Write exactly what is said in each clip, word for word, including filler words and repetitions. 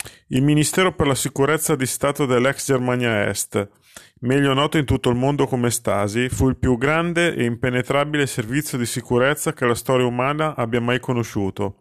Il Ministero per la Sicurezza di Stato dell'ex Germania Est, meglio noto in tutto il mondo come Stasi, fu il più grande e impenetrabile servizio di sicurezza che la storia umana abbia mai conosciuto.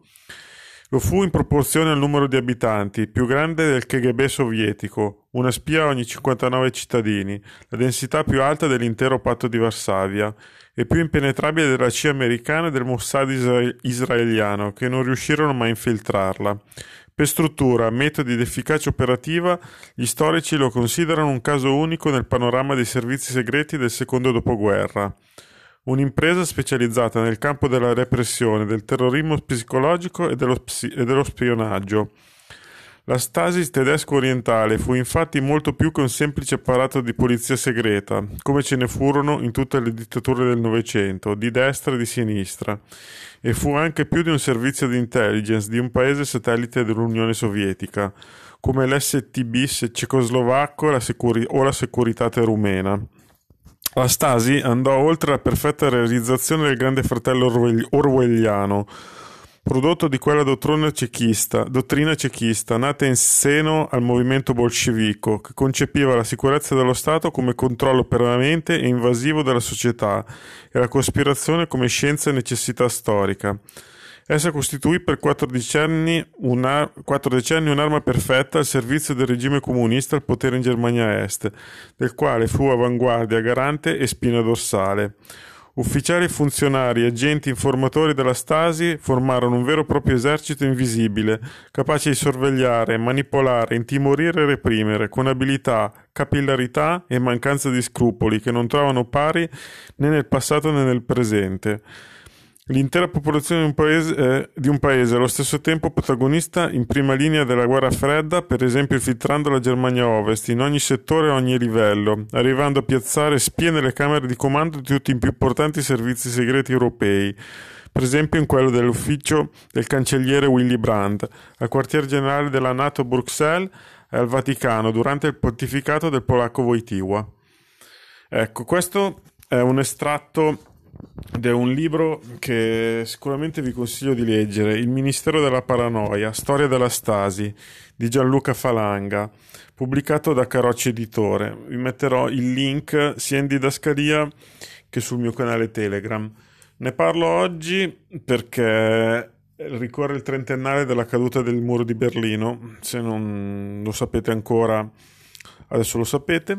Lo fu in proporzione al numero di abitanti, più grande del K G B sovietico, una spia ogni cinquantanove cittadini, la densità più alta dell'intero patto di Varsavia, e più impenetrabile della C I A americana e del Mossad isra- israeliano, che non riuscirono mai a infiltrarla. Per struttura, metodi ed efficacia operativa, gli storici lo considerano un caso unico nel panorama dei servizi segreti del secondo dopoguerra. Un'impresa specializzata nel campo della repressione, del terrorismo psicologico e dello, psi- e dello spionaggio. La Stasi tedesco-orientale fu infatti molto più che un semplice apparato di polizia segreta, come ce ne furono in tutte le dittature del Novecento, di destra e di sinistra, e fu anche più di un servizio di intelligence di un paese satellite dell'Unione Sovietica, come l'S T B cecoslovacco la securi- o la Securitate rumena. La Stasi andò oltre la perfetta realizzazione del Grande Fratello orwell- orwelliano, prodotto di quella dottrina cechista, dottrina cechista nata in seno al movimento bolscevico, che concepiva la sicurezza dello Stato come controllo permanente e invasivo della società e la cospirazione come scienza e necessità storica. Essa costituì per quattro decenni, una, quattro decenni un'arma perfetta al servizio del regime comunista al potere in Germania Est, del quale fu avanguardia, garante e spina dorsale. Ufficiali, funzionari, agenti, informatori della Stasi formarono un vero e proprio esercito invisibile, capace di sorvegliare, manipolare, intimorire e reprimere, con abilità, capillarità e mancanza di scrupoli che non trovano pari né nel passato né nel presente. L'intera popolazione di un paese, eh, di un paese allo stesso tempo protagonista in prima linea della guerra fredda, per esempio infiltrando la Germania Ovest in ogni settore e a ogni livello, arrivando a piazzare spie nelle camere di comando di tutti i più importanti servizi segreti europei, per esempio in quello dell'ufficio del cancelliere Willy Brandt, al quartier generale della NATO a Bruxelles e al Vaticano durante il pontificato del polacco Wojtyła. Ecco, questo è un estratto ed è un libro che sicuramente vi consiglio di leggere, Il Ministero della Paranoia, Storia della Stasi, di Gianluca Falanga, pubblicato da Carocci Editore. Vi metterò il link sia in didascalia che sul mio canale Telegram. Ne parlo oggi perché ricorre il trentennale della caduta del muro di Berlino. Se non lo sapete ancora, adesso lo sapete.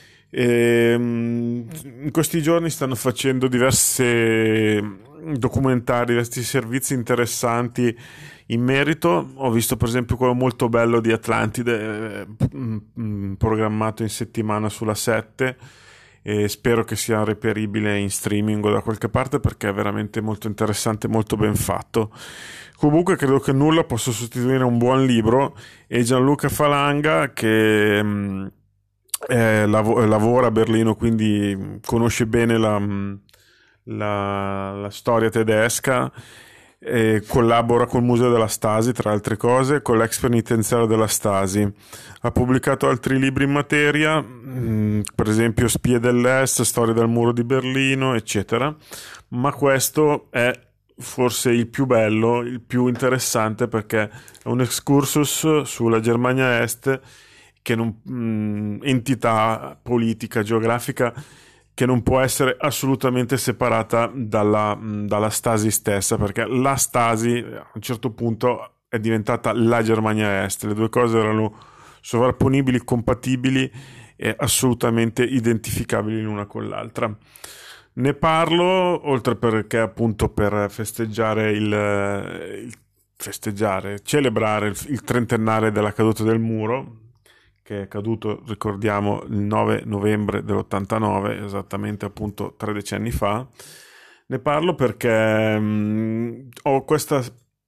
E, in questi giorni stanno facendo diversi documentari, diversi servizi interessanti in merito. Ho visto per esempio quello molto bello di Atlantide, eh, programmato in settimana sulla sette, e spero che sia reperibile in streaming o da qualche parte perché è veramente molto interessante, molto ben fatto. Comunque credo che nulla possa sostituire un buon libro, e Gianluca Falanga, che mh, eh, lav- lavora a Berlino, quindi conosce bene la, la, la storia tedesca, e collabora col Museo della Stasi, tra altre cose, con l'ex penitenziario della Stasi. Ha pubblicato altri libri in materia, mh, per esempio Spie dell'Est, Storia del muro di Berlino, eccetera. Ma questo è forse il più bello, il più interessante, perché è un excursus sulla Germania Est, che non, mh, entità politica, geografica, che non può essere assolutamente separata dalla, mh, dalla Stasi stessa, perché la Stasi a un certo punto è diventata la Germania Est. Le due cose erano sovrapponibili, compatibili e assolutamente identificabili l'una con l'altra. Ne parlo, oltre perché appunto per festeggiare il, il festeggiare, celebrare il, il trentennale della caduta del muro, che è caduto, ricordiamo, il nove novembre dell'ottantanove, esattamente appunto tre decenni fa. Ne parlo perché mh, ho questa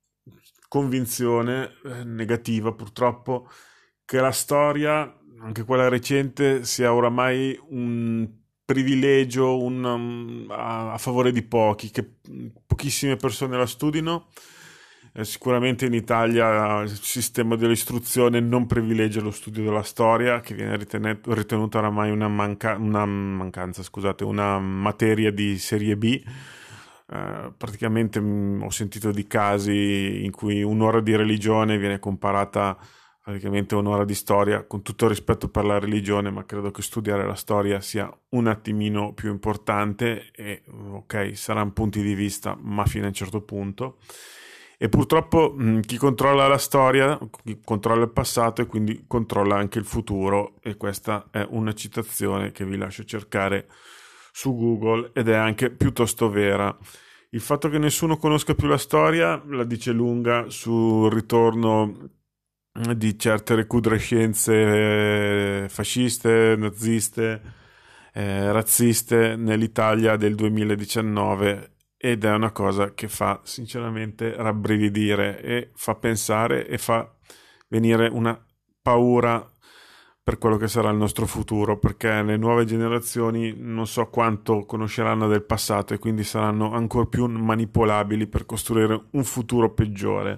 convinzione eh, negativa, purtroppo, che la storia, anche quella recente, sia oramai un privilegio un, um, a, a favore di pochi, che pochissime persone la studino. Eh, sicuramente in Italia il sistema dell'istruzione non privilegia lo studio della storia, che viene ritenet- ritenuta oramai una, manca- una mancanza, scusate, una materia di serie B. Eh, praticamente mh, ho sentito di casi in cui un'ora di religione viene comparata praticamente un'ora di storia, con tutto il rispetto per la religione, ma credo che studiare la storia sia un attimino più importante e ok, saranno punti di vista, ma fino a un certo punto. E purtroppo mh, chi controlla la storia, chi controlla il passato e quindi controlla anche il futuro, e questa è una citazione che vi lascio cercare su Google ed è anche piuttosto vera. Il fatto che nessuno conosca più la storia la dice lunga sul ritorno di certe recrudescenze fasciste, naziste, eh, razziste nell'Italia del duemiladiciannove, ed è una cosa che fa sinceramente rabbrividire e fa pensare e fa venire una paura per quello che sarà il nostro futuro, perché le nuove generazioni non so quanto conosceranno del passato e quindi saranno ancora più manipolabili per costruire un futuro peggiore.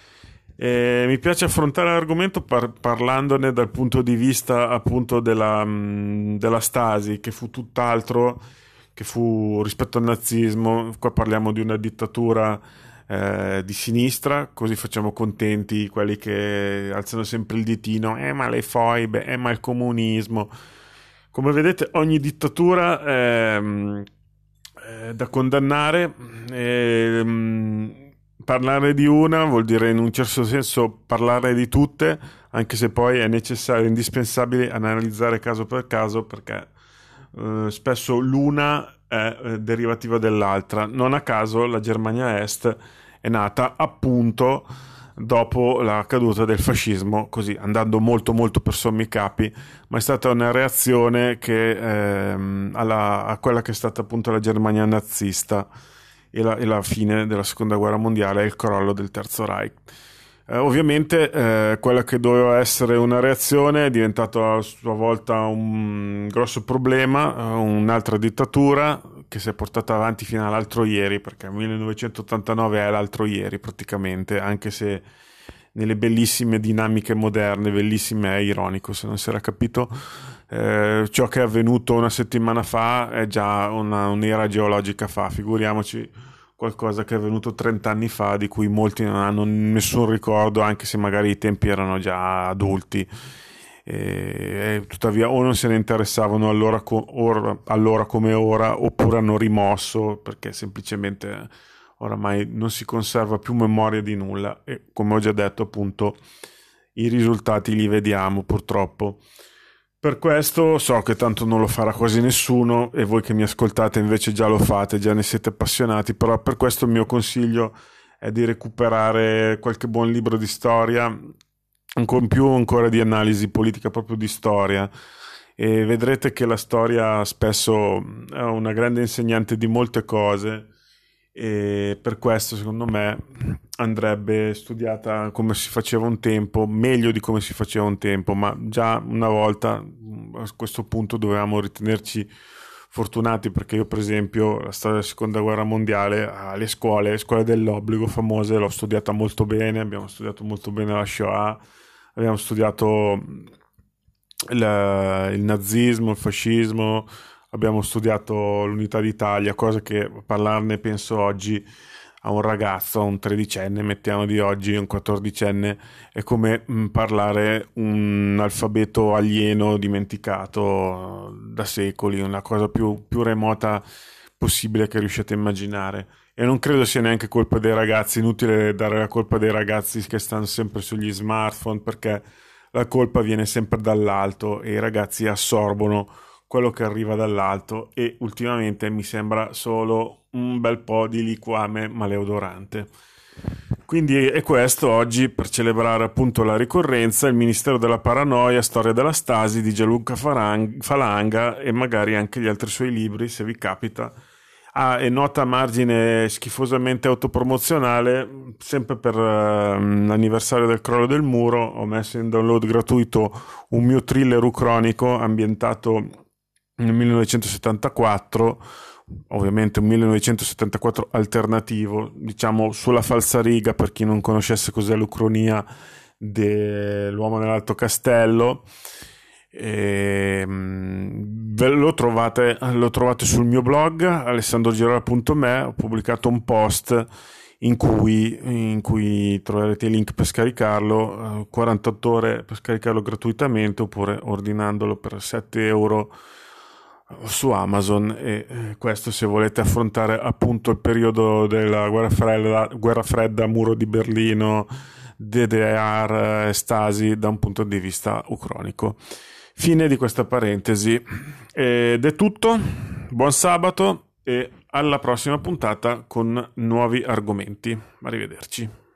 E mi piace affrontare l'argomento par- parlandone dal punto di vista appunto della, mh, della Stasi, che fu tutt'altro, che fu rispetto al nazismo. Qua parliamo di una dittatura eh, di sinistra, così facciamo contenti quelli che alzano sempre il ditino, eh ma le foibe, eh ma il comunismo. Come vedete, ogni dittatura è, è da condannare. E, mh, parlare di una vuol dire in un certo senso parlare di tutte, anche se poi è necessario, indispensabile analizzare caso per caso, perché eh, spesso l'una è eh, derivativa dell'altra. Non a caso la Germania Est è nata appunto dopo la caduta del fascismo, così andando molto molto per sommi capi, ma è stata una reazione che ehm, alla, a quella che è stata appunto la Germania nazista e la, e la fine della seconda guerra mondiale e il crollo del Terzo Reich. Eh, ovviamente eh, quella che doveva essere una reazione è diventata a sua volta un grosso problema, eh, un'altra dittatura che si è portata avanti fino all'altro ieri, perché il millenovecentottantanove è l'altro ieri praticamente, anche se nelle bellissime dinamiche moderne, bellissime, è ironico se non si era capito. Eh, ciò che è avvenuto una settimana fa è già una, un'era geologica fa, figuriamoci qualcosa che è avvenuto trenta anni fa, di cui molti non hanno nessun ricordo, anche se magari i tempi erano già adulti. E, e tuttavia o non se ne interessavano allora, co- or, allora come ora, oppure hanno rimosso perché semplicemente oramai non si conserva più memoria di nulla, e come ho già detto appunto i risultati li vediamo purtroppo. Per questo so che tanto non lo farà quasi nessuno e voi che mi ascoltate invece già lo fate, già ne siete appassionati, però per questo il mio consiglio è di recuperare qualche buon libro di storia, con più ancora di analisi politica, proprio di storia, e vedrete che la storia spesso è una grande insegnante di molte cose, e per questo secondo me andrebbe studiata come si faceva un tempo, meglio di come si faceva un tempo, ma già una volta a questo punto dovevamo ritenerci fortunati, perché io per esempio la storia della seconda guerra mondiale alle scuole, scuole dell'obbligo famose, l'ho studiata molto bene, abbiamo studiato molto bene la Shoah, abbiamo studiato il, il nazismo, il fascismo, abbiamo studiato l'unità d'Italia, cosa che parlarne penso oggi a un ragazzo, a un tredicenne, mettiamo di oggi, un quattordicenne, è come mh, parlare un alfabeto alieno dimenticato da secoli, una cosa più, più remota possibile che riusciate a immaginare. E non credo sia neanche colpa dei ragazzi, inutile dare la colpa dei ragazzi che stanno sempre sugli smartphone, perché la colpa viene sempre dall'alto e i ragazzi assorbono quello che arriva dall'alto, e ultimamente mi sembra solo un bel po' di liquame maleodorante. Quindi è questo oggi, per celebrare appunto la ricorrenza, il Ministero della Paranoia, storia della Stasi di Gianluca Falanga, e magari anche gli altri suoi libri se vi capita. Ah, e nota a margine schifosamente autopromozionale, sempre per uh, l'anniversario del crollo del muro ho messo in download gratuito un mio thriller ucronico ambientato nel millenovecentosettantaquattro, ovviamente un millenovecentosettantaquattro alternativo, diciamo sulla falsariga per chi non conoscesse cos'è l'Ucronia dell'uomo nell'Alto Castello. E, ve lo trovate, lo trovate sul mio blog alessandro girolamo punto me. Ho pubblicato un post in cui, in cui troverete i link per scaricarlo, eh, quarantotto ore per scaricarlo gratuitamente oppure ordinandolo per sette euro su Amazon. E eh, questo se volete affrontare appunto il periodo della guerra fredda, guerra fredda, muro di Berlino, D D R, eh, Stasi da un punto di vista ucronico. Fine di questa parentesi ed è tutto, buon sabato e alla prossima puntata con nuovi argomenti. Arrivederci.